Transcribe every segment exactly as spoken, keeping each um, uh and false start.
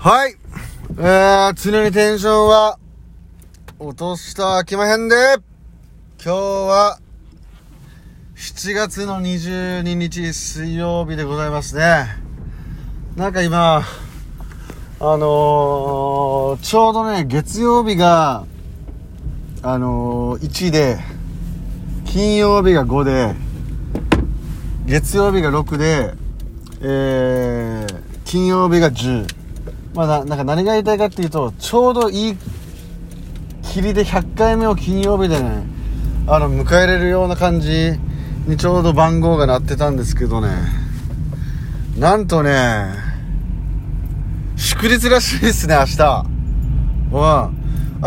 はい。えー、常にテンションは落としたきまへんで、今日はしちがつのにじゅうににち水曜日でございますね。なんか今、あのー、ちょうどね、月曜日が、あのー、いちで、金曜日がごで、月曜日がろくで、えー、金曜日がじゅう。まあ、な, なんか何が言いたいかっていうと、ちょうどいい切りでひゃっかいめを金曜日でね、あの迎えれるような感じにちょうど番号が鳴ってたんですけどね、なんとね祝日らしいですね、明日。うん、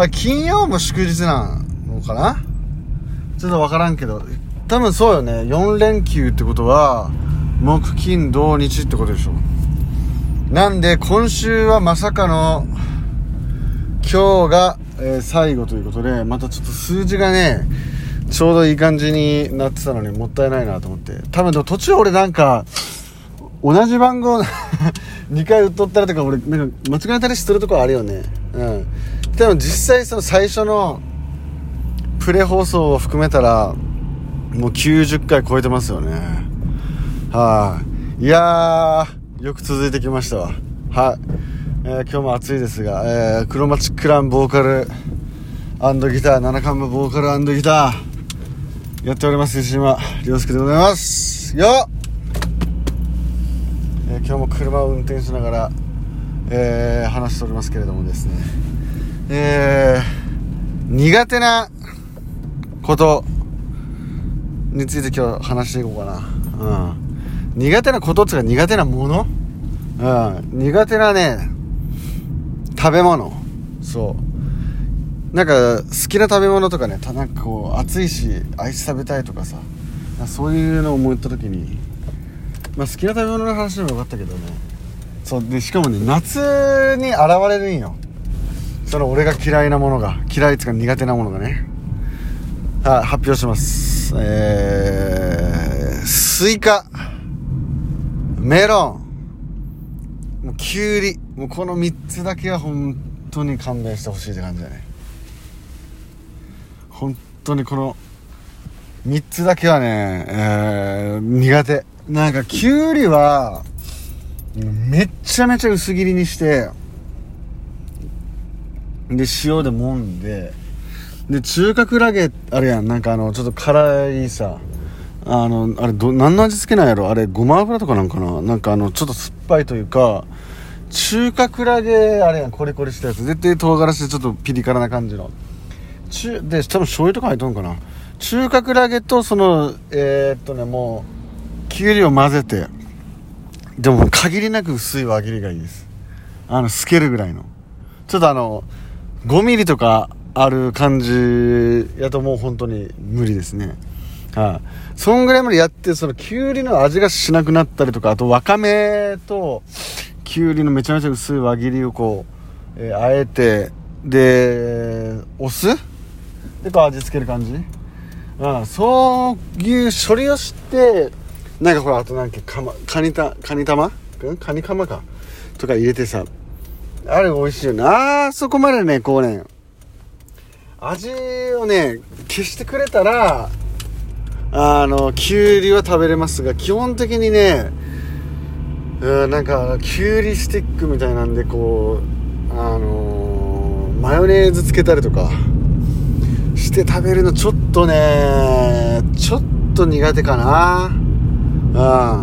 あ、金曜も祝日なのかな、ちょっとわからんけど、多分そうよね。よんれんきゅうってことは木金土日ってことでしょ。なんで今週はまさかの今日が、えー、最後ということで、またちょっと数字がねちょうどいい感じになってたのにもったいないなと思って。多分でも途中俺なんか同じ番号にかい打っとったらとか俺なんか間違えたりしてるとこあるよね。うん。でも実際その最初のプレ放送を含めたらもうきゅうじゅっかい超えてますよね。はい、あ、いやーよく続いてきましたわ。はい、えー、今日も暑いですが、えー、クロマチックランボーカル&ギター、七冠ボーカル&ギターやっております石島亮介でございますよ、えー、今日も車を運転しながら、えー、話しておりますけれどもですね、えー、苦手なことについて今日話していこうかな。うん、苦手なことっていうか苦手なもの、うん、苦手なね食べ物、そうなんか好きな食べ物とかね、なんかこう暑いしアイス食べたいとかさ、そういうのを思った時に、まあ好きな食べ物の話でもよかったけどね、そうでしかもね夏に現れるんよ、その俺が嫌いなものが、嫌いっていうか苦手なものがね。はい、発表します。えー、スイカ、メロン、もうキュウリ、もうこのみっつだけは本当に勘弁してほしいって感じだね。本当にこのみっつだけはね、えー、苦手。なんかキュウリはめっちゃめちゃ薄切りにしてで塩で揉んで、で中華クラゲあれやん、なんかあのちょっと辛いさ、あのあれど何の味付けなんやろ、あれごま油とかなんかな、なんかあのちょっと酸っぱいというか、中華クラゲあれやん、コリコリしたやつ、絶対唐辛子でちょっとピリ辛な感じの中で、多分醤油とか入っとんかな。中華クラゲとそのえー、っとねもうきゅうりを混ぜて、でも限りなく薄い輪切りがいいです。あの透けるぐらいの、ちょっとあのごミリとかある感じやともう本当に無理ですね。はい、そんぐらいまでやって、そのきゅうりの味がしなくなったりとか、あとわかめときゅうりのめちゃめちゃ薄い輪切りをこう、えー、あえて、でお酢でこう味付ける感じ、うん、そういう処理をして、なんかほらあとなんかかまカニたカニ玉カニカマかとか入れてさ、あれ美味しいよな。あそこまでねこうね味をね消してくれたらあのきゅうりは食べれますが、基本的にね、うん、なんかきゅうりスティックみたいなんでこうあのー、マヨネーズつけたりとかして食べるのちょっとねちょっと苦手かな。うん、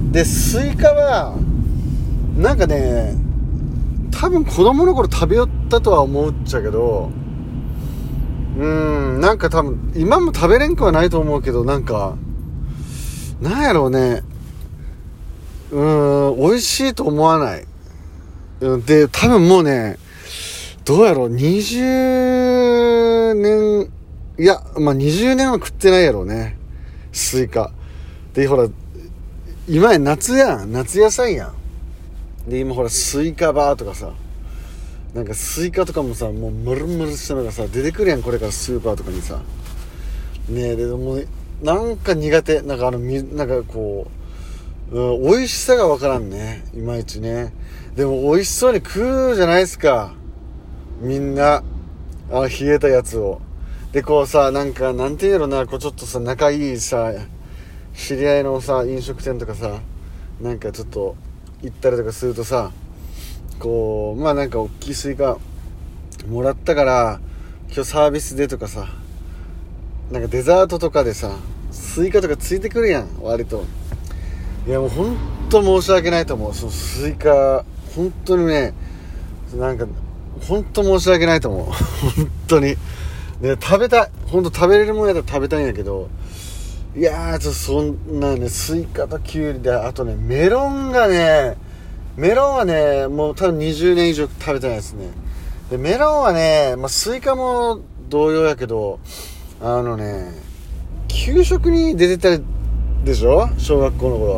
でスイカはなんかね多分子供の頃食べよったとは思うっちゃけど、うーん、なんか多分今も食べれんくはないと思うけど、なんかなんやろうね、うーん、美味しいと思わない。で多分もうねどうやろう、にじゅうねん、いやまあにじゅうねんは食ってないやろうねスイカで。ほら今や夏やん、夏野菜やん。で今ほらスイカバーとかさ、なんかスイカとかもさもうムルムルしたのがさ出てくるやん、これからスーパーとかにさねえ。でもうなんか苦手、なんかあのみなんかこうん、美味しさがわからんね、いまいちね。でも美味しそうに食うじゃないですか、みんな。あ、冷えたやつを。で、こうさ、なんか、なんていうのな、こうちょっとさ、仲いいさ、知り合いのさ、飲食店とかさ、なんかちょっと行ったりとかするとさ、こう、まあなんか大きいスイカもらったから、今日サービスでとかさ、なんかデザートとかでさ、スイカとかついてくるやん、割と。いやもうほんと申し訳ないと思う。そのスイカ、本当にね、なんか、ほんと申し訳ないと思う。本当に。ね、食べたい。ほんと食べれるもんやったら食べたいんやけど、いやー、ちょっとそんなね、スイカとキュウリで、あとね、メロンがね、メロンはね、もう多分にじゅうねん以上食べてないですね。で、メロンはね、まあ、スイカも同様やけど、あのね、給食に出てたでしょ、小学校の頃。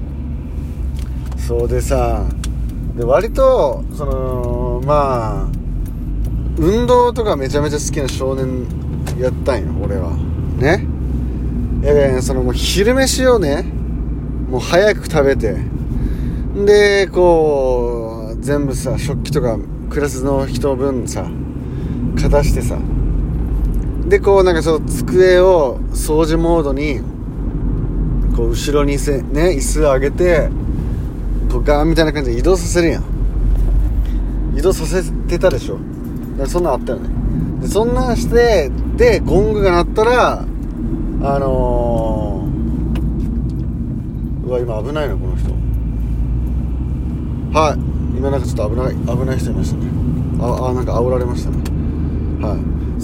そうでさ、で割とそのまあ運動とかめちゃめちゃ好きな少年やったんよ、俺はね。えー、そのもう昼飯をね、もう早く食べて、でこう全部さ、食器とかクラスの人分さ片してさ、でこうなんかちょっと机を掃除モードにこう後ろにせ、ね、椅子を上げてこうガーンみたいな感じで移動させるやん。移動させてたでしょ。だからそんなんあったよね。でそんなんしてでゴングが鳴ったら、あのー、うわ今危ないなこの人。はい、今なんかちょっと危ない危ない人いましたね。ああ、なんか煽られましたね。はい、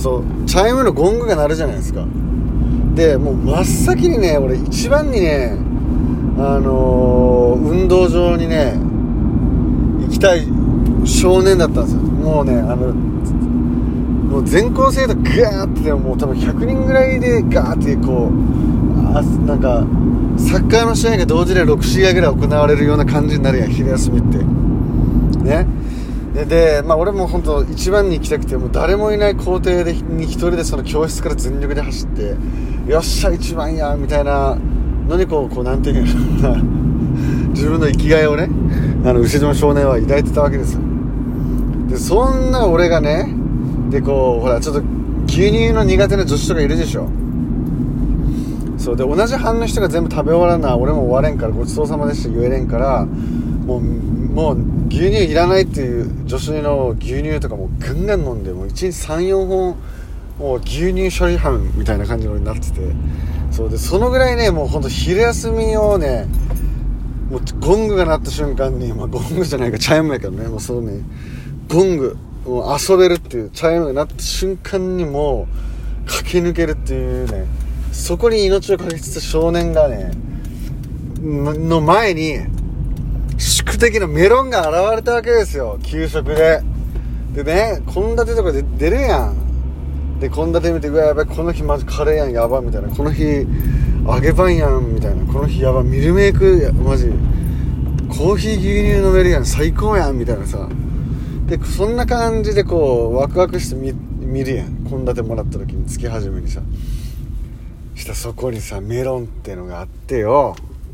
そうチャイムのゴングが鳴るじゃないですか。でもう真っ先にね、俺一番にね、あのー、運動場にね行きたい少年だったんですよ。もうね、あのもう全校生徒ガーって、もう多分ひゃくにんぐらいでガーってこう、あ、なんかサッカーの試合が同時でろく試合ぐらい行われるような感じになるやん、昼休みってね。で, でまあ俺も本当一番に行きたくて、もう誰もいない校庭でに一人でその教室から全力で走って、よっしゃ一番やみたいなのにこうこうなんていうの自分の生きがいをね、あの牛島少年は抱いてたわけですよ。でそんな俺がね、でこうほらちょっと牛乳の苦手な女子とかいるでしょ。そうで同じ班の人が全部食べ終わらな、俺も終われんからごちそうさまでした言えれんから、もうもう牛乳いらないっていう女子の牛乳とかもうガンガン飲んで、もういちにちさん、よんほんもう牛乳処理班みたいな感じのになってて、そうでそのぐらいね、もうほんと昼休みをね、もうゴングが鳴った瞬間に、まあ、ゴングじゃないかチャイムやけどね、もうそうね、ゴングもう遊べるっていうチャイムが鳴った瞬間にもう駆け抜けるっていうね、そこに命をかけてた少年がねの前に宿敵のメロンが現れたわけですよ、給食で。でね、献立とかで出るやん。で献立見て、うわやばい、この日マジカレーやん、やばみたいな、この日揚げパンやんみたいな、この日やばミルメイクやマジコーヒー牛乳飲めるやん、最高やんみたいなさ。でそんな感じでこうワクワクして 見, 見るやん、献立もらった時に月初めにさ、したそこにさメロンってのがあってよ。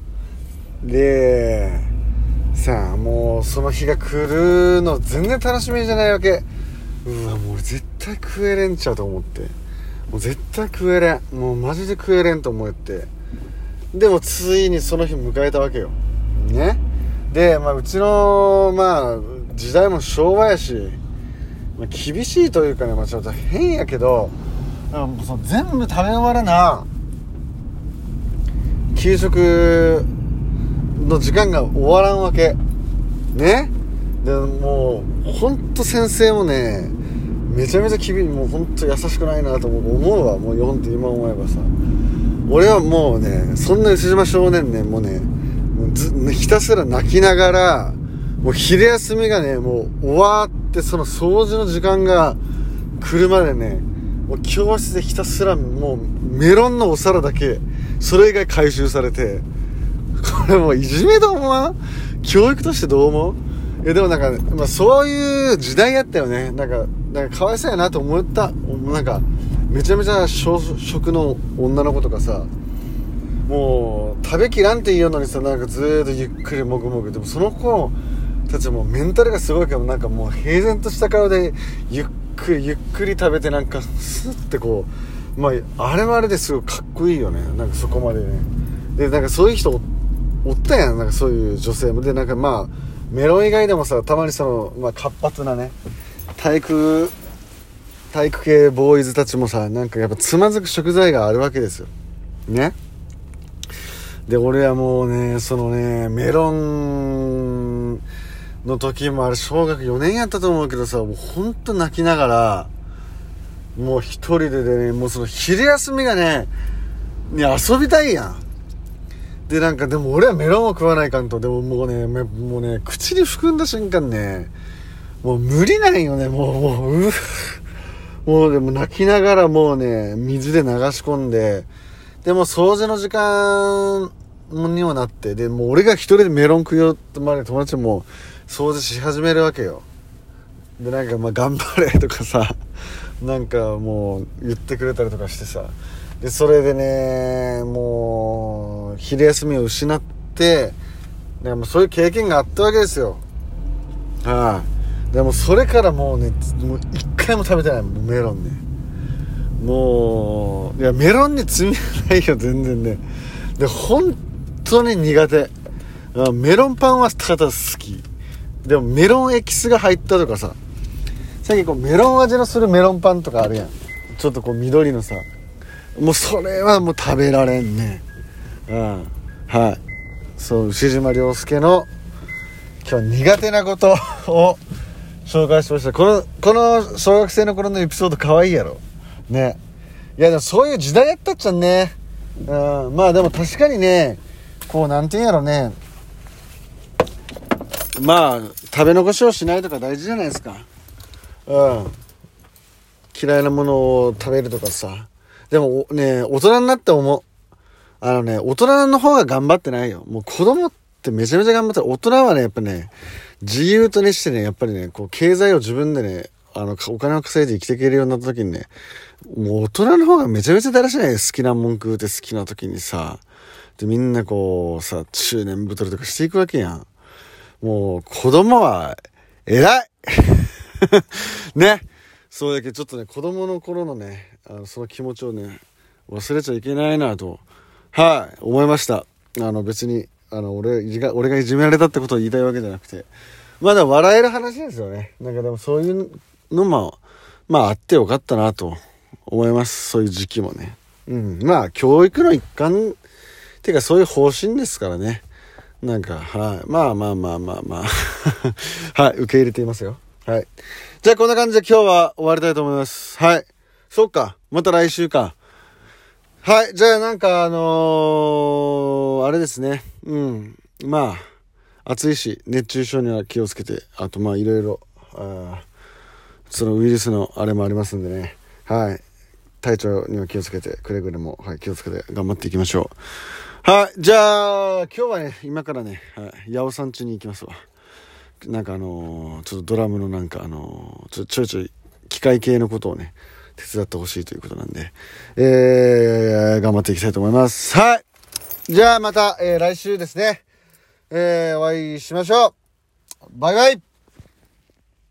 でさあもうその日が来るの全然楽しみじゃないわけ。うわもう絶対食えれんちゃうと思って、もう絶対食えれん、もうマジで食えれんと思って、でもついにその日迎えたわけよね。でまあうちのまあ時代も昭和やし、まあ、厳しいというかね、まあ、ちょっと変やけど、もうその全部食べ終わらな給食の時間が終わらんわけね。でもうほんと先生もねめちゃめちゃ厳しい、もうほんと優しくないなと思う思うわ、もうよんって今思えばさ。俺はもうね、そんな牛島少年ね、もうねもうずひたすら泣きながら、もう昼休みがねもう終わって、その掃除の時間が来るまでね、もう教室でひたすらもうメロンのお皿だけそれ以外回収されて、これもういじめと思わん？教育としてどう思う？いやでもなんか、まあ、そういう時代やったよね。なんかなんかかわいそうやなと思った。なんかめちゃめちゃ小食の女の子とかさ、も食べきらんって言うのにさ、なんかずーっとゆっくりもぐもぐ。でもその子たちもメンタルがすごいから、なんかもう平然とした顔でゆっくりゆっくり食べて、なんかスッてこう、まああれもあれですごいかっこいいよね。なんかそこまでね。でなんかそういう人 お, おったやん、なんかそういう女性も。でなんかまあメロン以外でもさ、たまにその、まあ、活発なね体育体育系ボーイズたちもさ、なんかやっぱつまずく食材があるわけですよね。で俺はもうね、そのねメロンの時もあれ小学よねんやったと思うけどさ、もうほんと泣きながら、もう一人でね、もうその昼休みがねに遊びたいやん。でなんかでも俺はメロンを食わないかんと。でももうねもうね口に含んだ瞬間ね、もう無理なんよね。もうもううもうでも泣きながらもうね水で流し込んで、でも掃除の時間にもなって、でもう俺が一人でメロン食いようってまで友達も掃除し始めるわけよ。でなんかまあ頑張れとかさ、なんかもう言ってくれたりとかしてさ、でそれでねもう昼休みを失って、でもそういう経験があったわけですよ。はい、でもそれからもうねもう一回も食べてないもうメロンね。もういやメロンに罪はないよ全然ね。で本当に苦手。メロンパンはただ好き。でもメロンエキスが入ったとかさ、最近こうメロン味のするメロンパンとかあるやん、ちょっとこう緑のさ、もうそれはもう食べられんね。うん、はい。そう牛島亮介の今日苦手なことを紹介しました。このこの小学生の頃のエピソード可愛いやろね。いやでもそういう時代やったっちゃんね。うん、まあでも確かにね、こうなんていうんやろね、まあ食べ残しをしないとか大事じゃないですか。うん、嫌いなものを食べるとかさ。でもね大人になって思う、あのね大人の方が頑張ってないよ。もう子供ってめちゃめちゃ頑張ってる。大人はねやっぱね自由とねしてね、やっぱりねこう経済を自分でねあのお金を稼いで生きていけるようになった時にね、もう大人の方がめちゃめちゃだらしない。好きなもん食うて好きな時にさ、でみんなこうさ中年太りとかしていくわけやん。もう子供は偉いね。そうだけどちょっとね子供の頃のねあのその気持ちをね忘れちゃいけないなとはい思いました。あの別にあの 俺, が俺がいじめられたってことを言いたいわけじゃなくて、まだ笑える話ですよね。なんかでもそういうのもまああってよかったなと思います。そういう時期もね、うん、まあ教育の一環っていうかそういう方針ですからね。なんかはいまあまあまあまあまあはい受け入れていますよ。はい、じゃあこんな感じで今日は終わりたいと思います。はい、そうか、また来週か。はい、じゃあなんかあのー、あれですね、うん、まあ暑いし熱中症には気をつけて、あとまあいろいろそのウイルスのあれもありますんでね、はい、体調には気をつけて、くれぐれも、はい、気をつけて頑張っていきましょう。はい、じゃあ今日はね今からね、はい、八尾さん家に行きますわ。なんかあのー、ちょっとドラムのなんかあのー、ちょちょいちょい機械系のことをね手伝ってほしいということなんで、えー、頑張っていきたいと思います。はい、じゃあまた、えー、来週ですね、えー、お会いしましょう。バイバイ。